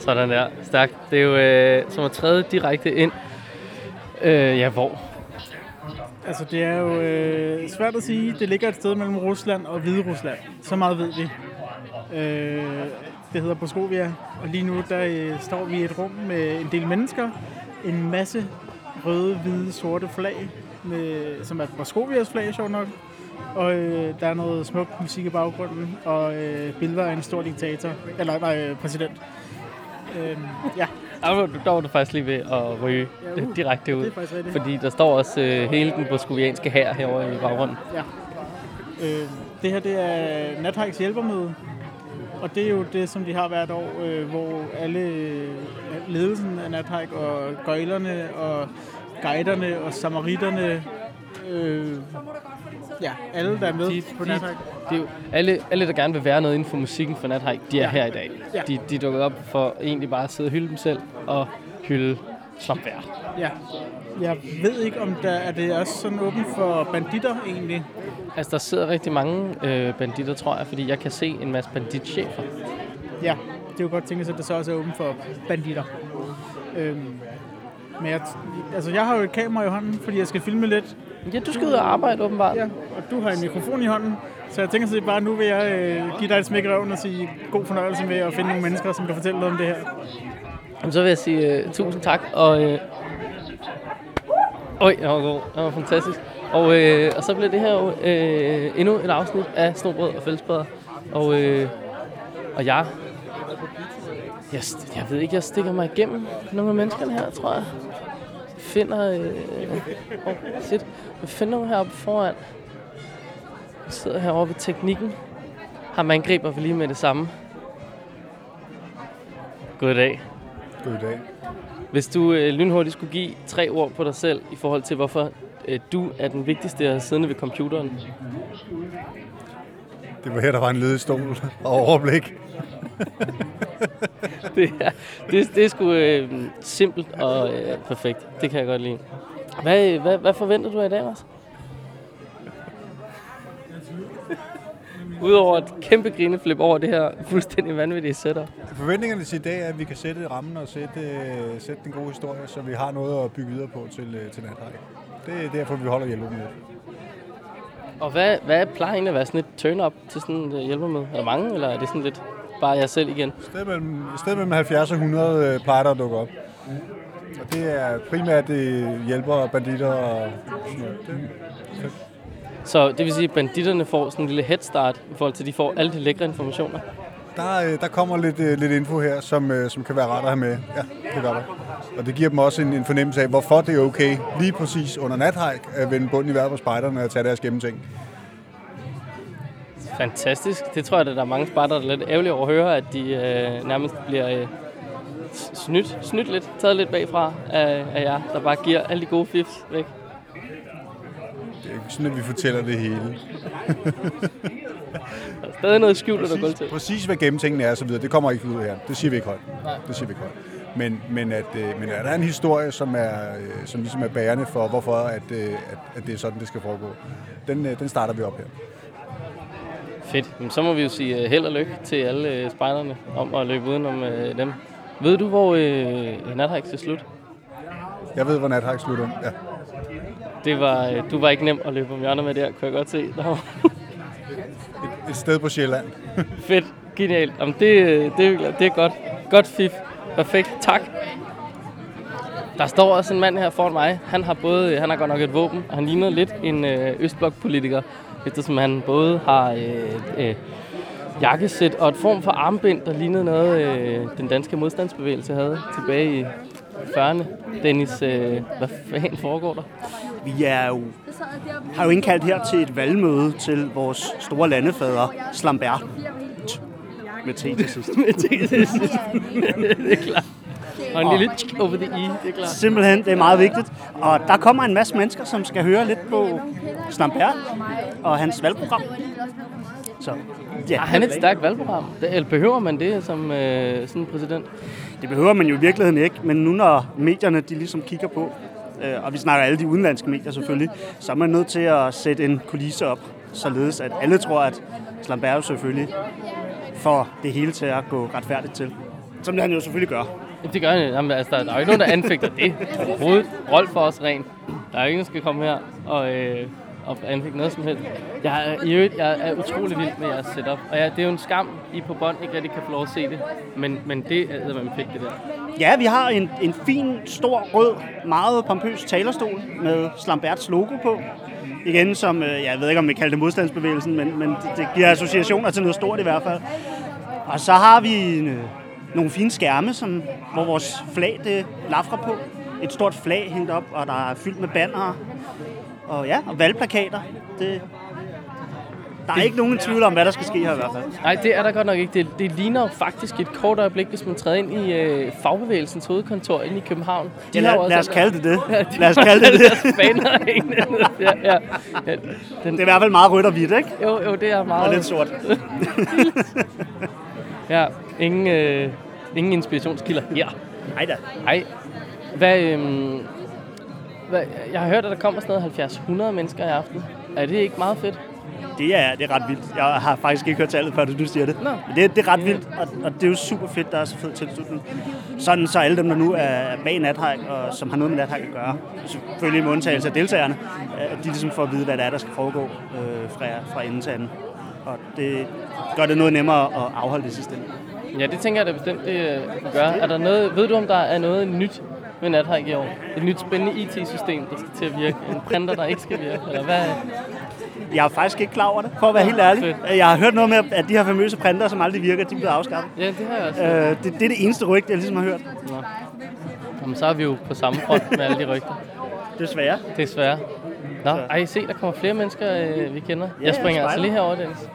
Sådan der. Stærkt. Det er jo som at træde direkte ind. Hvor? Altså, det er jo svært at sige. Det ligger et sted mellem Rusland og Hviderusland. Så meget ved vi. Det hedder Praskovia, og lige nu der står vi i et rum med en del mennesker. En masse røde, hvide, sorte flag, som er Praskovias flag, sjovt nok. Og der er noget smuk musik i baggrunden, og billeder af en stor diktator, præsident. Der var du faktisk lige ved at ryge direkte ud, fordi der står også hele den boskovianske hær herovre i baggrunden. Ja. Det her, det er Nathikes hjælpermøde, og det er jo det, som de har hvert år, hvor alle ledelsen af Nathike og gøjlerne og guiderne og samaritterne, alle der er med på Nathike. Det er jo alle, der gerne vil være noget inden for musikken for Nathike, de er her i dag. Ja. De dukker op for egentlig bare at sidde og hylde dem selv og hylde Slambert. Ja. Jeg ved ikke, om det er også sådan åbent for banditter egentlig. Altså, der sidder rigtig mange banditter, tror jeg, fordi jeg kan se en masse banditchefer. Ja, det er jo godt tænkt, at det så også er åbent for banditter. Men jeg har jo et kamera i hånden, fordi jeg skal filme lidt. Ja, du skal ud og arbejde, åbenbart. Ja, og du har en mikrofon i hånden, så jeg tænker bare, nu vil jeg give dig et smæk i røven og sige god fornøjelse med at finde nogle mennesker, som kan fortælle noget om det her. Jamen, så vil jeg sige tusind tak, og det var god. Det var fantastisk. Og så bliver det her jo endnu et afsnit af Snobrød og Fællesbader. Og jeg ved ikke, jeg stikker mig igennem nogle af menneskerne her, tror jeg. Jeg finder nogle heroppe foran. Jeg sidder herovre ved teknikken. Ham angriber vi lige med det samme. Goddag. Goddag. Hvis du lynhurtigt skulle give 3 ord på dig selv i forhold til, hvorfor du er den vigtigste siddende ved computeren. Det var her, der var en ledig stol og overblik. det er sgu simpelt og perfekt. Det kan jeg godt lide. Hvad forventer du af i dag, Lars? Udover et kæmpe grineflip over det her fuldstændig vanvittige setup. Forventningerne til i dag er, at vi kan sætte rammen og sætte den gode historie, så vi har noget at bygge videre på til Nathike. Det er derfor, vi holder hjælpermødet. Og hvad plejer egentlig at være sådan et turn-up til sådan et hjælpermøde? Er der mange, eller er det sådan lidt bare jeg selv igen? Sted mellem 70 og 100 plejer der at dukke op. Og det er primært hjælpere, banditter og sådan noget. Så det vil sige, at banditterne får sådan en lille head start i forhold til, at de får alle de lækre informationer? Der kommer lidt info her, som kan være rart at have med. Ja, det gør der. Og det giver dem også en fornemmelse af, hvorfor det er okay lige præcis under Nathike at vende bunden i vejret på spejderne og tage deres gennemting. Fantastisk. Det tror jeg, at der er mange spejdere, der er lidt ærgerlige over at høre, at de nærmest bliver snydt lidt, taget lidt bagfra af jer, der bare giver alle de gode fifs væk. Det er ikke sådan, at vi fortæller det hele. Der er stadig noget skjult, der går til. Præcis hvad gennemtingene er og så videre, det kommer ikke ud her. Det siger vi ikke højt. Det siger vi ikke højt. Men at der er en historie, som ligesom er bærende for, hvorfor at det er sådan, det skal foregå. Den starter vi op her. Fedt. Men så må vi jo sige held og lykke til alle spejderne om at løbe udenom dem. Ved du, hvor Nathike er slut? Jeg ved, hvor Nathike slutter, ja. Du var ikke nem at løbe om hjørnet med der, kunne jeg godt se. Et sted på Sjælland. Fedt. Genialt. Jamen, det er godt. Godt fif. Perfekt. Tak. Der står også en mand her foran mig. Han har godt nok et våben, og han ligner lidt en østblok-politiker, eftersom han både har jakkesæt og et form for armbind, der lignede noget, den danske modstandsbevægelse havde tilbage i 40'erne. Dennis, hvad fanden foregår der? Vi har jo indkaldt her til et valgmøde til vores store landefader, Slambert. Med T til sidst. Det er klart. Og en lille over det i, det er klart. Simpelthen, det er meget vigtigt. Og der kommer en masse mennesker, som skal høre lidt på Slambert og hans valgprogram. Så, ja. Han er et stærkt valgprogram. Behøver man det som sådan en præsident? Det behøver man jo i virkeligheden ikke, men nu når medierne de ligesom kigger på, og vi snakker alle de udenlandske medier selvfølgelig, så er man nødt til at sætte en kulisse op, således at alle tror, at Slambert selvfølgelig får det hele til at gå retfærdigt til. Som han jo selvfølgelig gør. Jamen, det gør han. Jamen, altså, der er jo ikke nogen, der anfægter det overhovedet. Rolf for os rent. Der er jo ingen, der skal komme her og anfægte noget som helst. Jeg er utrolig vild med jeres setup. Og det er jo en skam, I på bånd ikke rigtig kan få lov at se det. Men det er man fedt, det der. Ja, vi har en fin, stor, rød, meget pompøs talerstol med Slamberts logo på. Igen, som, jeg ved ikke, om vi kalder det modstandsbevægelsen, men det giver associationer til noget stort i hvert fald. Og så har vi nogle fine skærme, hvor vores flag det lafrer på. Et stort flag hængt op, og der er fyldt med bannere og valgplakater. Der er ikke nogen tvivl om, hvad der skal ske her i hvert fald. Nej, det er der godt nok ikke. Det ligner jo faktisk et kort øjeblik, hvis man træder ind i fagbevægelsens hovedkontor inde i København. Lad os kalde det det. Lad os kalde det det. Ja. Det er i hvert fald meget rødt og hvidt, ikke? Jo, det er meget. Og lidt sort. Ja, ingen inspirationskilder her. Nej. Hvad, jeg har hørt, at der kommer sådan noget 70-100 mennesker i aften. Er det ikke meget fedt? Det er ret vildt. Jeg har faktisk ikke hørt tallet, før du siger det. Nå. Men det er ret vildt, og det er jo super fedt, der er så fed tilslutning. Sådan så alle dem, der nu er bag NatHike, og som har noget med NatHike at gøre, selvfølgelig med undtagelse af deltagerne, de ligesom får at vide, hvad det er, der skal foregå fra ende til anden. Og det gør det noget nemmere at afholde det sidste ende. Ja, det tænker jeg da bestemt, det gør. Er der noget, ved du, om der er noget nyt med NatHike i år? Et nyt spændende IT-system, der skal til at virke? En printer, der ikke skal virke? Eller hvad? Jeg er faktisk ikke klar over det, for at være helt ærlig. Jeg har hørt noget med, at de her famøse printer, som aldrig virker, de bliver afskaffet. Ja, det har jeg også. Det er det eneste rygte, jeg ligesom har hørt. Nå. Jamen, så er vi jo på samme front med alle de rygter. Desværre. Nå, se, der kommer flere mennesker, vi kender. Jeg springer altså lige herover, Dennis.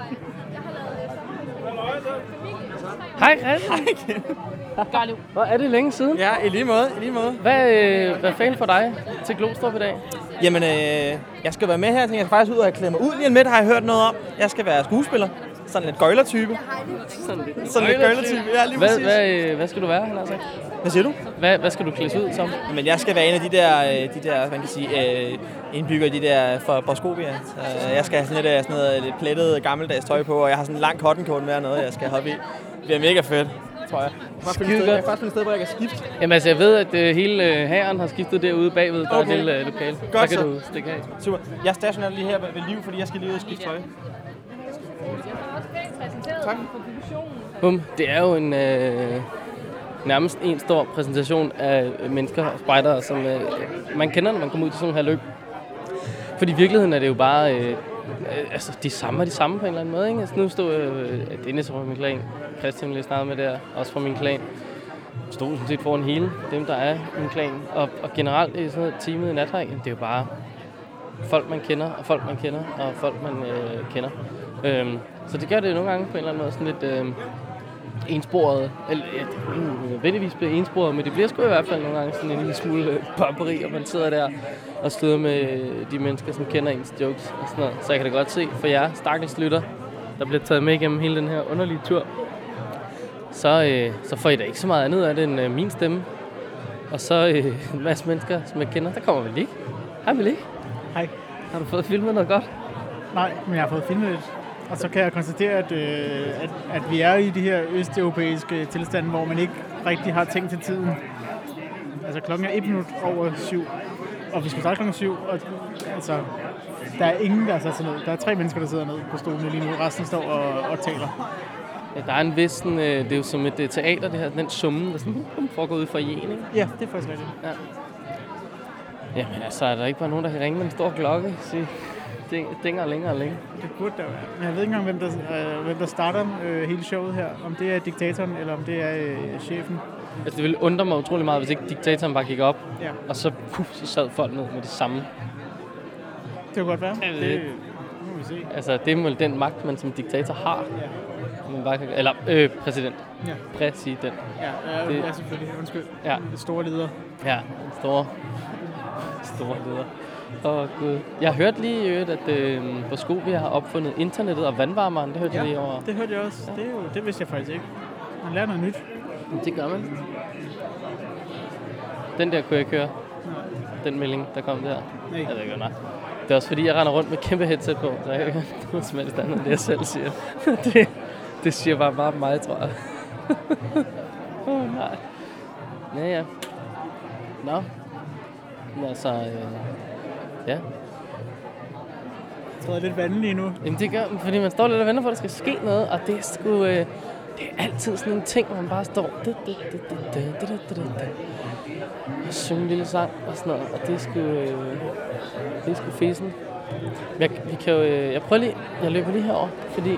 Hej, Christian. Hej. Hvor er det længe siden? Ja, i lige måde. Hvad fanden for dig til Glostrup i dag? Jamen, jeg skal være med her. Jeg skal faktisk ud og klæde mig ud lige lidt. Har jeg hørt noget om. Jeg skal være skuespiller. Sådan lidt gøjler-type. Sådan lidt gøjler-type, ja, lige præcis. Hvad skal du være, han har sagt? Hvad siger du? Hvad skal du klædes ud som? Men jeg skal være en af de der man kan sige, indbygger de der fra Boscovia. Jeg skal have sådan lidt plettet gammeldags tøj på, og jeg har sådan en lang cottoncoat med og noget, jeg skal hoppe i. Det bliver mega fedt, tror jeg. Jeg kan faktisk finde et sted, hvor jeg kan skifte. Jamen altså, jeg ved, at hele hæren har skiftet derude bagved. Der er et lille lokale. Godt, så kan du stikke af. Super. Jeg er stationær lige her ved Liv, fordi jeg skal lige ud og skifte tøj. Tak. Bum. Det er jo en nærmest en stor præsentation af mennesker og spejdere, som man kender, når man kommer ud til sådan her løb. Fordi i virkeligheden er det jo bare de samme på en eller anden måde, ikke? Altså, nu stod Dennis fra min klan, Christian lige snakket med der, også fra min klan. Stod sådan set foran hele dem, der er i min klan. Og generelt i sådan noget teamet i NatHike, det er jo bare folk, man kender, og folk, man kender, og folk, man kender. Så det gør det jo nogle gange på en eller anden måde sådan lidt ensporet, eller nødvendigvis bliver ensporet, men det bliver sgu i hvert fald nogle gange sådan en lille smule popperi, og man sidder der og støder med de mennesker, som kender ens jokes og sådan noget. Så jeg kan da godt se for jer, stakkels lytter, der bliver taget med igennem hele den her underlige tur, så får I da ikke så meget andet af det end min stemme. Og så en masse mennesker, som jeg kender. Der kommer vel ikke. Hej vel ikke. Hej. Har du fået filmet noget godt? Nej, men jeg har fået filmet lidt. Og så kan jeg konstatere, at vi er i de her østeuropæiske tilstande, hvor man ikke rigtig har tænkt til tiden. Altså klokken er 1 minut over 7, og vi skal starte klokken 7, og altså, der er ingen, der har sat sig ned. Der er 3 mennesker, der sidder ned på stolen lige nu. Resten står og taler. Ja, der er en vis, det er jo som et teater, det her, den summen, der sådan foregår ud fra jen, ikke? Ja, det er faktisk rigtigt. Ja. Jamen altså, er der ikke bare nogen, der kan ringe med en stor klokke og sige, dinger længere og længere? Det burde der være. Men jeg ved ikke engang, hvem der starter hele showet her. Om det er diktatoren, eller om det er chefen. Altså, det ville undre mig utrolig meget, hvis ikke diktatoren bare gik op, ja. Og så sad folk ned med det samme. Det kunne godt være. Det må vi se. Altså, det er vel den magt, man som diktator har. Ja. Man bare kan, eller præsident. Ja. Præsident. Ja, det er selvfølgelig. Undskyld. Ja. Det store leder. Ja, store leder. Gud. Jeg hørte lige, at Boscovia har opfundet internettet og vandvarmeren. Det hørte jeg lige over. Det hørte jeg også. Ja. Det vidste jeg faktisk ikke. Man lærer noget nyt. Det gør man. Den der kunne jeg køre. Nej. Den melding, der kom der. Nej. Jeg ved ikke, nej. Det er også fordi, jeg render rundt med kæmpe headset på, så jeg kan høre noget som helst andet, det jeg selv siger. Det siger bare meget mig, tror jeg. Nej. Ja. Nå. Men altså, ja. Jeg tror, det er lidt vandet lige nu. Jamen det gør, fordi man står lidt og venter på, at der skal ske noget, og det er sgu... det er altid sådan en ting, hvor man bare står... og synger en lille sang og sådan noget, og det er sgu fesen. Jeg prøver lige... Jeg løber lige herover, fordi...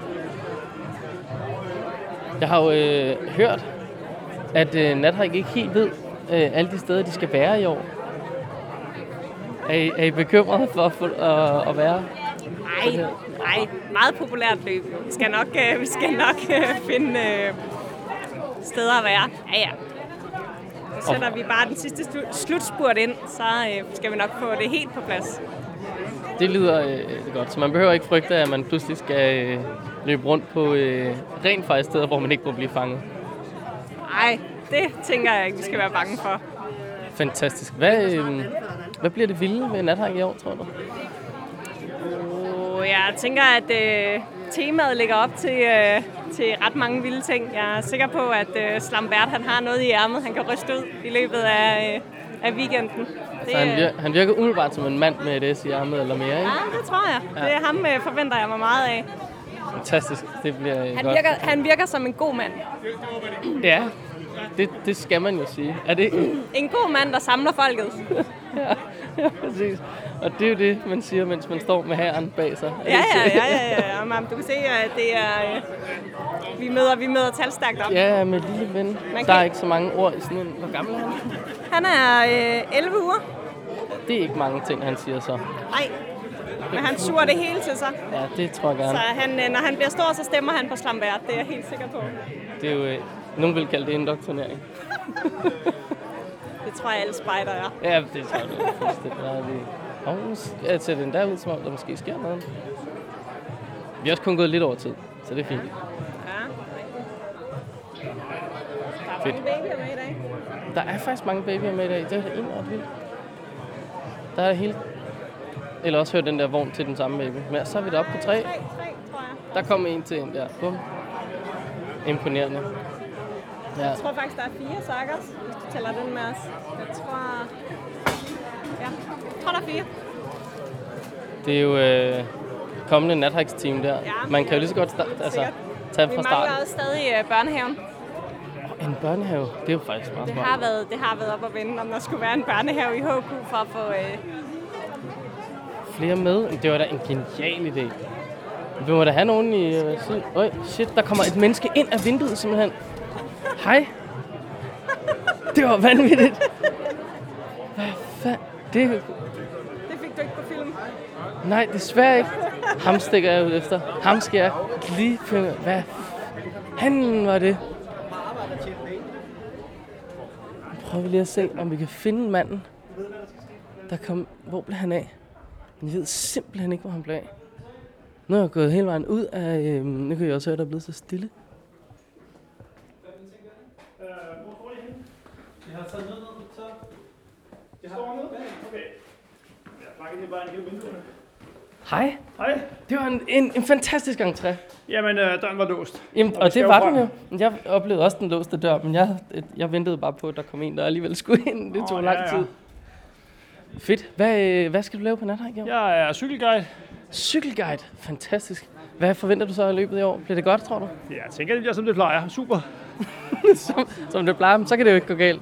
Jeg har jo hørt, at Nathike ikke helt ved alle de steder, de skal være i år. Er I bekymrede for at være? Nej, meget populært løb. Vi skal nok finde steder at være. Ja. Så sætter vi bare den sidste slutspurt ind, så skal vi nok få det helt på plads. Det lyder godt, så man behøver ikke frygte, at man pludselig skal løbe rundt på rent faktisk steder, hvor man ikke må blive fanget. Nej, det tænker jeg ikke, vi skal være bange for. Fantastisk. Hvad bliver det vilde ved Nathike i år, tror du? Jeg tænker, at temaet ligger op til ret mange vilde ting. Jeg er sikker på, at Slambert han har noget i ærmet, han kan ryste ud i løbet af weekenden. Altså, han virker umiddelbart som en mand med et S i ærmet eller mere, ikke? Ja, det tror jeg. Ja. Det er ham, forventer jeg mig meget af. Fantastisk. Det bliver godt. Han virker som en god mand. Ja, det skal man jo sige. Er det en god mand, der samler folket. ja, præcis. Og det er jo det, man siger, mens man står med hæren bag sig. Ja. Du kan se, at det er... Vi møder talstærkt op. Ja, med lille ven. Der er ikke så mange ord i sådan en... Hvor gammel er han? Han er 11 uger. Det er ikke mange ting, han siger så. Nej, men han suger det hele til sig. Ja, det tror jeg gerne. Så når han bliver stor, så stemmer han på Slambert. Det er jeg helt sikker på. Det er jo... nogen vil kalde det indoktrinering. Det tror jeg, alle spejder er. Ja, det tror jeg. Jeg ser den der ud, som om der måske sker noget. Vi har også kun gået lidt over tid, så det er fint. Ja. Der er mange babyer med i dag. Der er faktisk mange babyer med i dag. Det er da egentlig ret vildt. Der er helt... Eller også hørt den der vogn til den samme baby. Men så er vi deroppe på 3. 3, tror jeg. Der kommer en til en der. Bum. Imponerende. Ja. Jeg tror faktisk, der er 4 sakkers, hvis du tæller den med os. Jeg tror der er 4. Det er jo kommende Nathikes-team der. Ja, man kan jo lige så godt tage fra starten. Vi mangler også stadig børnehaven. En børnehave, det er jo faktisk meget smart. Det har været op at vende, om der skulle være en børnehave i HQ for at få... flere med. Det var da en genial idé. Vi må da have nogen i... shit, der kommer et menneske ind af vinduet simpelthen. Hej. Det var vanvittigt. Hvad fanden? Det fik du ikke på film. Nej, desværre ikke. Ham stikker jeg ud efter. Ham skal jeg lige finde. Hvad fanden var det? Prøver vi lige at se, om vi kan finde manden, der kom... Hvor blev han af? Jeg ved simpelthen ikke, hvor han blev af. Nu er jeg gået hele vejen ud af... nu kan jeg også høre, der er blevet så stille. Jeg har taget ned, så... Det står ned? Okay. Jeg pakker det bare en hele vinduerne. Hej. Hej. Det var en fantastisk entré. Jamen, døren var låst. Jamen, og det var den jo. Jeg oplevede også den låste dør, men jeg ventede bare på, at der kom en, der alligevel skulle ind. Det tog lang tid. Fedt. Hvad skal du lave på Nathike i år? Jeg er cykelguide. Cykelguide? Fantastisk. Hvad forventer du så af løbet i år? Bliver det godt, tror du? Ja, jeg tænker, det bliver som det plejer. Super. som det plejer, så kan det jo ikke gå galt.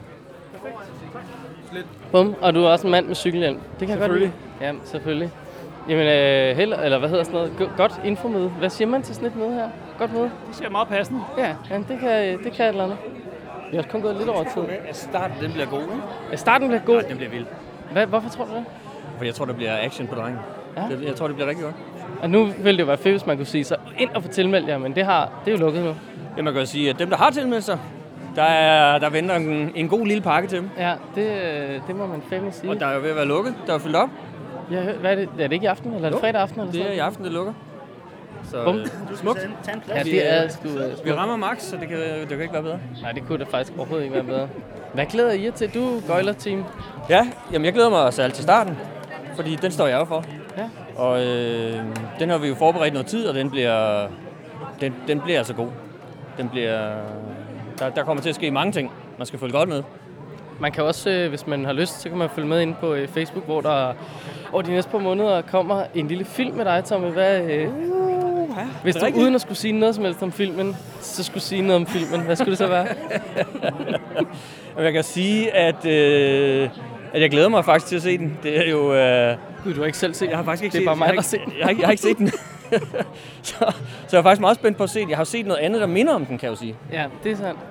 Bum, og du er også en mand med cykelhjelm. Det kan jeg godt lide. Ja, selvfølgelig. Jamen, eller hvad hedder sådan noget? Godt infomøde. Hvad siger man til sådan et møde her? Godt møde? Det ser meget passende. Ja, det kan et eller andet. Vi har også kun gået lidt over tid. Starten, den bliver god, ikke? Starten bliver god? Ja, den bliver vild. Hvorfor tror du det? For jeg tror, der bliver action på drengen. Ja. Jeg tror, det bliver rigtig godt. Og nu ville det jo være fedt, hvis man kunne sige så ind og få tilmeldt jer, men det er jo lukket nu. Ja, man kan jo sige, at dem, der har tilmeldt sig, der venter en god lille pakke til dem. Ja, det må man fandme sige. Og der er jo ved at være lukket. Der er fyldt op. Ja, hvad er det? Er det ikke i aften, eller er det fredag aften? Eller det er i aften, det lukker. Så det er smukt. Ja, det er sgu vi rammer max, så det kan ikke være bedre. Nej, det kunne da faktisk overhovedet ikke være bedre. Hvad glæder I jer til? Du gøjler-team. Ja, jamen jeg glæder mig særligt til starten, fordi den står jeg jo for. Ja. Og den har vi jo forberedt noget tid, og den bliver altså god. Den bliver Der kommer til at ske mange ting. Man skal følge godt med. Man kan også, hvis man har lyst, så kan man følge med inde på Facebook, hvor der over de næste par måneder kommer en lille film med dig, Tommy. Hvis du uden at skulle sige noget som helst om filmen, så skulle sige noget om filmen, hvad skulle det så være? Jeg kan sige, at jeg glæder mig faktisk til at se den. Det er jo... Gud, du har ikke selv set den? Jeg har faktisk ikke set den. Det er bare mig, der har set den. Jeg har ikke set den. så jeg er faktisk meget spændt på at se den. Jeg har set noget andet, der minder om den, kan jeg jo sige. Ja, det er sandt.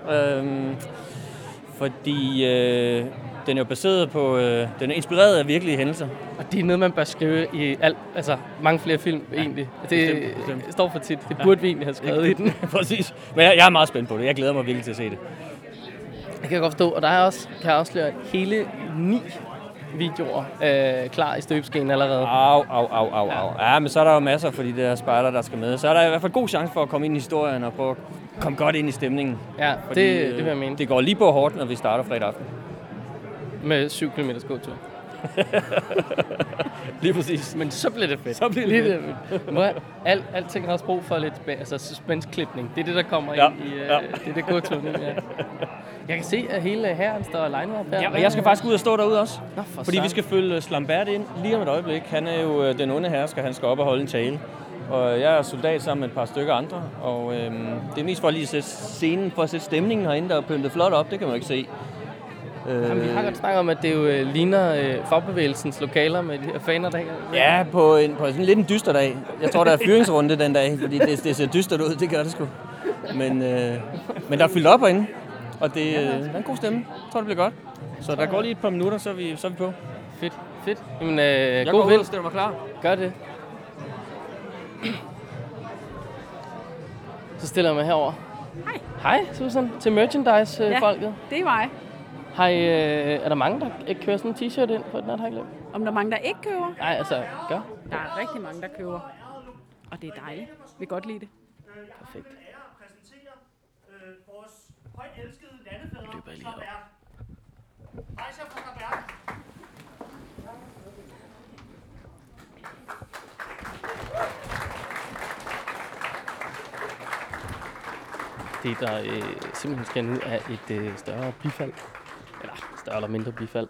Fordi den er jo baseret på... den er inspireret af virkelige hændelser. Og det er noget, man bør skrive i mange flere film, egentlig. Det står for tit. Det burde vi egentlig have skrevet i den. Præcis. Men jeg er meget spændt på det. Jeg glæder mig virkelig til at se det. Jeg kan godt forstå. Og der er også, kan jeg afsløre, hele 9 videoer klar i støbeskeen allerede. Au. Ja, men så er der jo masser for de der spejder, der skal med. Så er der i hvert fald god chance for at komme ind i historien og prøve at komme godt ind i stemningen. Ja, det vil jeg mene. Det går lige på hårdt, når vi starter fredag aften. Med 7 km gåtur. Lige præcis. Men så bliver det fedt. Så bliver det fedt. Alting har også brug for lidt suspense-klipning. Det er det, der kommer ind i det gåturen. Ja. Jeg kan se, at hele herren står line op her. Ja, og jeg skal faktisk ud og stå derude også. Fordi vi skal følge Slambert ind lige om et øjeblik. Han er jo den onde hersker, han skal op og holde en tale. Og jeg er soldat sammen med et par stykker andre. Og det er mest for at lige sætte scenen, for at sætte stemningen herinde, der er pyntet flot op. Det kan man jo ikke se. Jamen, vi har godt snakket om, at det jo ligner fagbevægelsens lokaler med de her faner, der hænger. Ja, på sådan lidt en dyster dag. Jeg tror, der er fyringsrunde den dag, fordi det ser dystert ud. Det gør det sgu. Men der er fyldt op herinde, og det er en god stemme. Jeg tror, det bliver godt. Så der går lige et par minutter, så er vi på. Fedt. Jamen, jeg god går vind. ud og stiller mig klar. Gør det. Så stiller jeg mig herover. Hej, Susan. Til merchandise-folket. Det er mig. Er der mange, der ikke kører sådan en t-shirt ind på et nathajklub? Om der er mange, der ikke køber? Nej, altså, gør. Der er rigtig mange, der køber. Og det er dejligt. Vi kan godt lide det. Perfekt. Vores højt elskede landefader, løber jeg lige op. Rejser fra Slambert. Det, der simpelthen skal nu, er et større bifald. Eller større eller mindre bifald.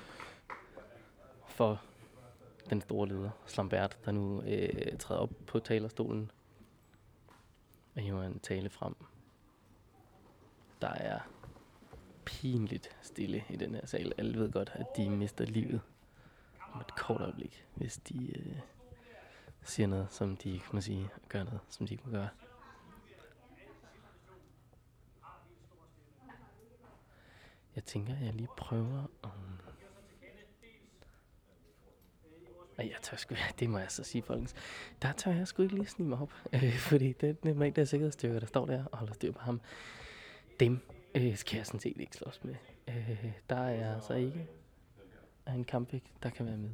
For den store leder, Slambert, der nu træder op på talerstolen. Og hiver en tale frem. Der er pinligt stille i den her sal. Alle ved godt, at de mister livet om et kort øjeblik, hvis de siger noget, som de ikke må sige, og gør noget, som de ikke må gøre. Jeg tænker, at jeg lige prøver om... Jeg tør sgu... Det må jeg så sige, folkens. Der tør jeg sgu ikke lige snige mig op. Fordi den mængde af sikkerhedsstyrker, der står der og holder styr på ham, dem skal jeg sådan set ikke slås med. Der er altså ikke en kampvæk, der kan være med.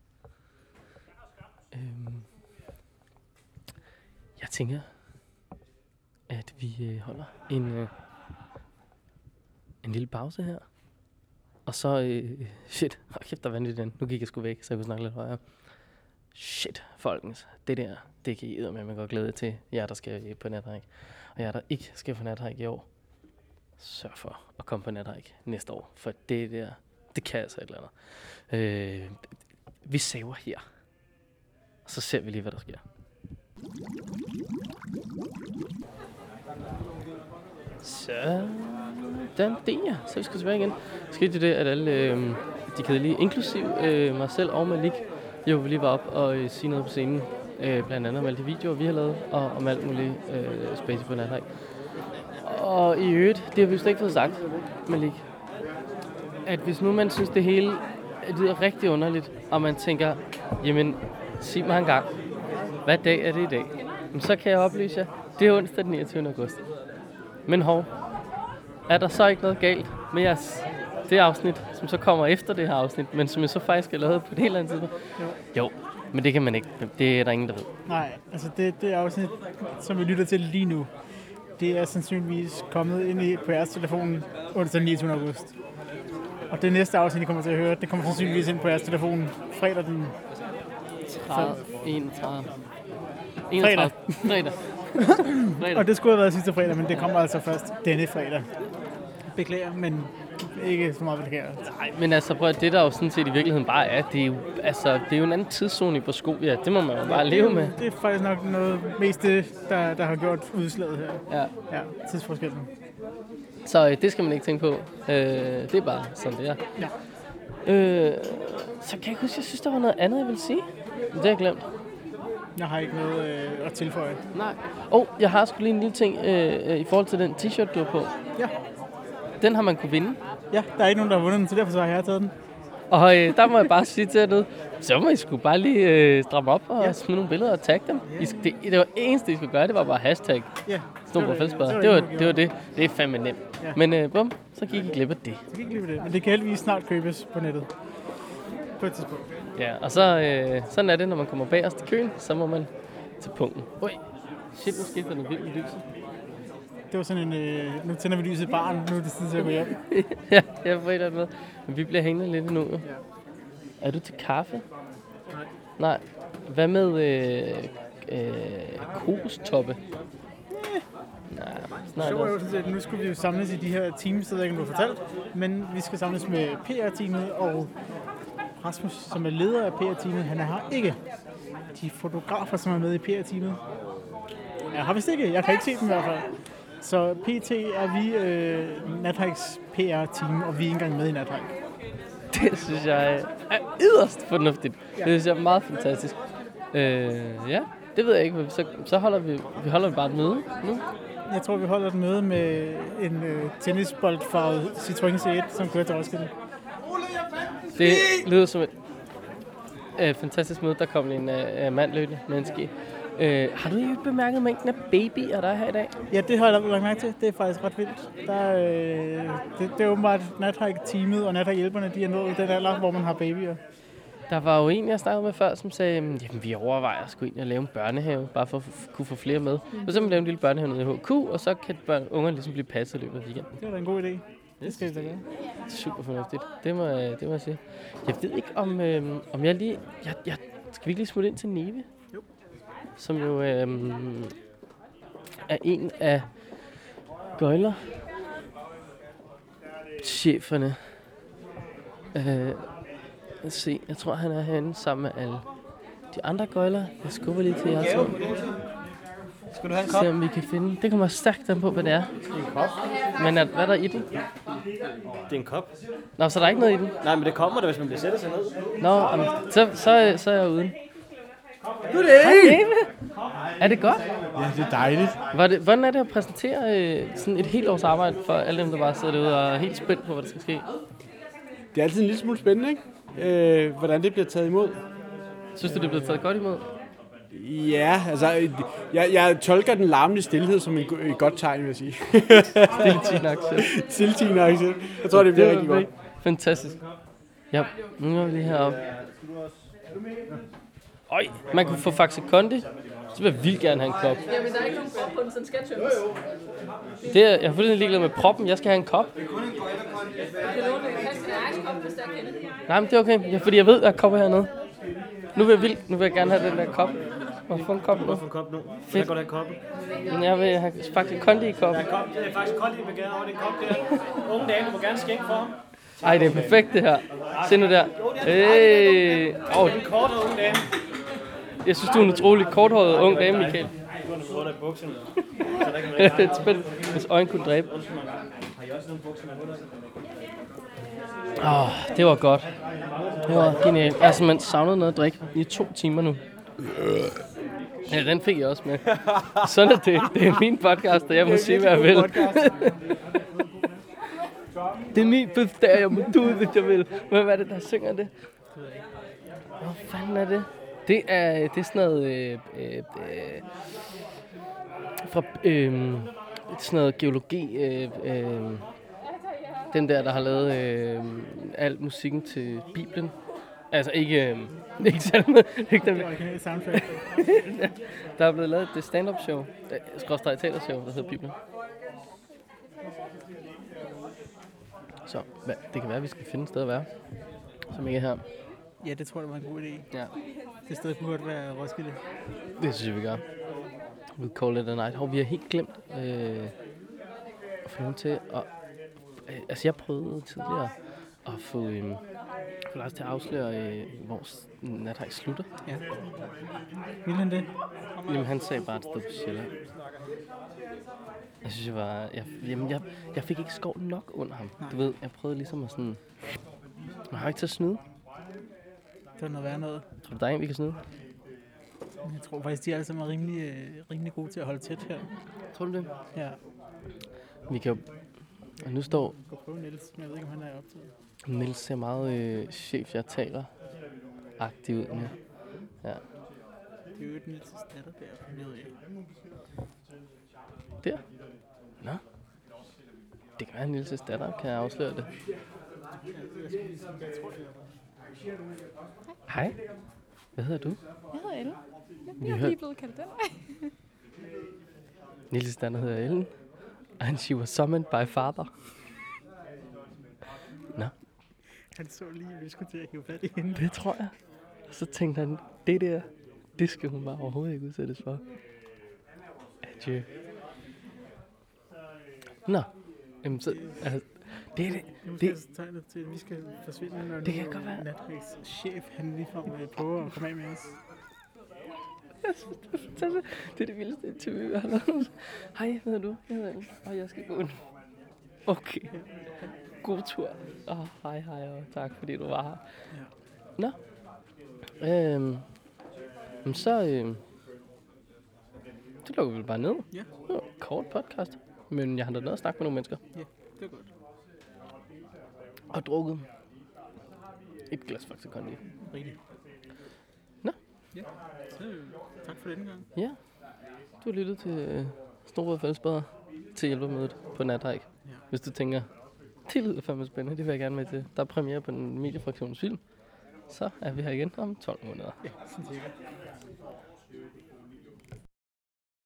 Jeg tænker, at vi holder en lille pause her. Og så, shit, kæft, der vandt i den. Nu gik jeg sgu væk, så jeg kunne snakke lidt højere. Shit, folkens, det der, det kan I eddermame godt glæde til, jer der skal på nathike. Og jer der ikke skal på nathike i år, sørg for at komme på nathike næste år. For det der, det kan altså et eller andet. Vi saver her. Og så ser vi lige, hvad der sker. Så den der, så vi skal tilbage igen. Skete det, at alle de kedelige, inklusiv mig selv og Malik, jo lige var op og sige noget på scenen. Blandt andet om alle de videoer, vi har lavet, og om alt muligt space på nathike. Og i øvrigt, det har vi slet ikke fået sagt, Malik, at hvis nu man synes, det hele lyder rigtig underligt, og man tænker, jamen, sig mig en gang, hvad dag er det i dag? Men så kan jeg oplyse jer, det er onsdag den 29. august. Men hov, er der så ikke noget galt med jeres det afsnit, som så kommer efter det her afsnit, men som jeg så faktisk har lavet på det hele andet tidspunkt? Jo, men det kan man ikke. Det er der ingen, der ved. Nej, altså det afsnit, som vi lytter til lige nu, det er sandsynligvis kommet ind på jeres telefon onsdag den 29. august. Og det næste afsnit, I kommer til at høre, det kommer sandsynligvis ind på jeres telefon fredag den... 31. Fredag. Og det skulle have været sidste fredag, men det kommer altså først denne fredag. Beklager, men ikke så meget beklager. Nej, men altså prøv at det der jo sådan set i virkeligheden bare er, det er jo, altså, det er jo en anden tidszone i Boscovia. Det må man jo bare leve med. Det er faktisk nok noget mest det, der har gjort udslaget her. Ja. Ja, tidsforskellen. Så det skal man ikke tænke på. Det er bare sådan, det er. Ja. Så kan jeg huske, jeg synes, der var noget andet, jeg ville sige. Det har jeg glemt. Jeg har ikke noget at tilføje. Nej. Jeg har sgu lige en lille ting i forhold til den t-shirt, du har på. Ja. Den har man kunne vinde. Ja, der er ikke nogen, der har vundet den, så derfor så har jeg taget den. Og der må jeg bare sige til jer noget. Så må I sgu bare lige stramme op og smide nogle billeder og tagge dem. Det var eneste, I skulle gøre, det var bare hashtag. Ja. Stor på fællesbader. Det var det. Det er fandme nemt. Ja. Men bum, så gik I glip af det. Så gik I glip af det. Men det kan heldigvis snart købes på nettet. På et tidspunkt. Ja, og så sådan er det, når man kommer bagerst i køen, så må man til punkten. Oj, shit, nu skifter noget vildt med lyset. Det var sådan en, nu tænder vi lyset i baren, nu er det tid til at gå hjem. Ja, på en eller anden måde. Men vi bliver hængende lidt endnu. Ja. Er du til kaffe? Nej. Hvad med kostoppe? Nej, snart også. Nu skulle vi jo samles i de her teams, det ved jeg ikke, om du har fortalt. Men vi skal samles med PR-teamet, og Rasmus, som er leder af PR-teamet, han er her ikke. De fotografer, som er med i PR-teamet, jeg har vist ikke. Jeg kan ikke se dem i hvert fald. Så PT er vi Nathikes PR-team, og vi er ikke engang med i Nathik. Det synes jeg er yderst fornuftigt. Ja. Det synes jeg er meget fantastisk. Ja, det ved jeg ikke. Så holder vi bare et møde nu. Jeg tror, vi holder et møde med en tennisboldfarvet Citroën C1, som kører til Roskilde. Det lyder som et fantastisk møde. Der kom en mand løbende med en ski. Har du ikke bemærket mængden af babyer, der er her i dag? Ja, det har jeg lagt mærke til. Det er faktisk ret vildt. Det er åbenbart Nathik-teamet og Nathik-hjælperne, de er nået i den alder, hvor man har babyer. Der var jo en, jeg snakkede med før, som sagde, jamen vi overvejer sgu egentlig at lave en børnehave, bare for at kunne få flere med. Så simpelthen lave en lille børnehave nede i HQ, og så kan ungerne ligesom blive passet i løbet af weekenden. Det er da en god idé. Det skal vi da gøre. Super fornuftigt. Det må jeg sige. Jeg ved ikke, om jeg lige... skal vi ikke lige smutte ind til Neve? Jo. Som jo er en af gøjler cheferne. Lad os se. Jeg tror, han er herinde sammen med alle de andre gøjler. Jeg skubber lige til jer to. Skal du have en kop? Se om vi kan finde. Det kommer stærkt an på, hvad det er. Det er en kop. Men hvad er der i den? Det er en kop. Nå, så er der ikke noget i den? Nej, men det kommer der, hvis man bliver sættet sig ned. Nå, så er jeg uden. Nu er det ikke! Er det godt? Ja, det er dejligt. Hvordan er det at præsentere sådan et helt års arbejde for alle dem, der bare sidder derude og er helt spændt på, hvad der skal ske? Det er altid en lille smule spændende, ikke? Hvordan det bliver taget imod. Synes du, det er blevet taget godt imod? Ja, altså, jeg tolker den larmende stillhed som et godt tegn, vil jeg sige. Stiltiende accent. Jeg tror, det bliver rigtig godt. Fantastisk. Ja, nu er vi lige heroppe. Øj, man kunne få Faxe Kondi. Så vil jeg vildt gerne have en kop. Jamen, der er ikke nogen kop på den, så den skal tømmes. Jeg har fuldstændig ligeglad med proppen. Jeg skal have en kop. Du kan låne en kop, hvis der er kendet. Nej, men det er okay. Ja, fordi jeg ved, at der er kopper hernede. Nu vil jeg gerne have den der kop. Må jeg få en kop nu? Få en kop nu. Fedt. Jeg går koppen. Men jeg vil have Faxe Kondi i koppen. Det er faktisk Kondi, vi gerne over den kop der. Unge dame, du må gerne skænke for ham. Ej, det er perfekt det her. Se nu der. Hey. En kort unge dame. Jeg synes, du er en utrolig korthåret ung dame, Michael. Du har noget i bukserne. Så der kan man ikke det er spændt, hvis øjen kunne dræbe. Har I også nogle bukser med huller? Det var godt. Det var genialt. Jeg har simpelthen savnet noget at drikke i 2 timer nu. Ja, den fik jeg også med. Sådan er det. Det er min podcast, og jeg må sige, hvad jeg vil. Det er min fødselsdag, jeg må du, hvis jeg vil. Men hvad er det, der synger det? Hvor fanden er det? Det er sådan noget fra sådan noget geologi. Den der har lavet al musikken til Bibelen. Altså ikke salme. Ikke den. Der er blevet lavet et stand-up show, teatershow, der hedder Bibelen. Så det kan være, at vi skal finde et sted at være, som ikke er her. Ja, det tror jeg var en god idé. Ja. Det sted kunne godt være Roskilde. Det synes jeg, vi gør. We call it a night. Vi har helt glemt at få nogen til at... altså, jeg prøvede tidligere at få Lars til at afsløre, hvor Nathike slutter. Ja. Vil han det? Jamen, han sagde bare et sted på Sjælland. Jeg synes, jeg fik ikke skov nok under ham. Du ved, jeg prøvede ligesom at sådan... Man har ikke til at snyde. Det var noget værd noget. Tror du, der er en, vi kan snyde? Jeg tror faktisk, de er alle sammen rimelig gode til at holde tæt her. Tror du det? Ja. Vi kan jo... Og nu står... Jeg kan prøve Niels, men jeg ved ikke, om han er optaget. Niels ser meget chef, jeg taler-agtig ud nu. Ja. Det er jo et Niels' datter der nede af. Der? Nå. Det kan være, at Niels' datter kan afsløre det. Hej. Hvad hedder du? Jeg hedder Ellen. Jeg er lige blevet kaldt den. Niels' datter hedder Ellen. And she was summoned by father. Nå. Han så lige, at vi skulle til at hive fat i hende. Det tror jeg. Og så tænkte han, det skal hun bare overhovedet ikke udsættes for. Adieu. Nå. Jamen, så, altså, det er det. Det er tegnet til, at vi skal forsvinde, når det kan godt være. Nathikes chef, han ligefrem prøver at komme af med os. Det er det vildeste interview, jeg har lavet. Hej, hvad hedder du? Jeg hedder Ellen, og jeg skal gå nu. Okay. God tur. Hej, og tak fordi du var her. Ja. Nå. Så lukker vi bare ned. Ja. Kort podcast. Men jeg har da noget at snakke med nogle mennesker. Ja, det er godt. Og drukket et glas Faxe Kondi. Rigtigt. Nå. Ja, så tak for denne gang. Ja, du har lyttet til Snorrød Fællesbader til hjælpemødet på Nathike. Ja. Hvis du tænker, det lyder fandme spændende, det vil jeg gerne med til. Der er premiere på en mediefraktionsfilm. Så er vi her igen om 12 måneder. Ja, sådan cirka.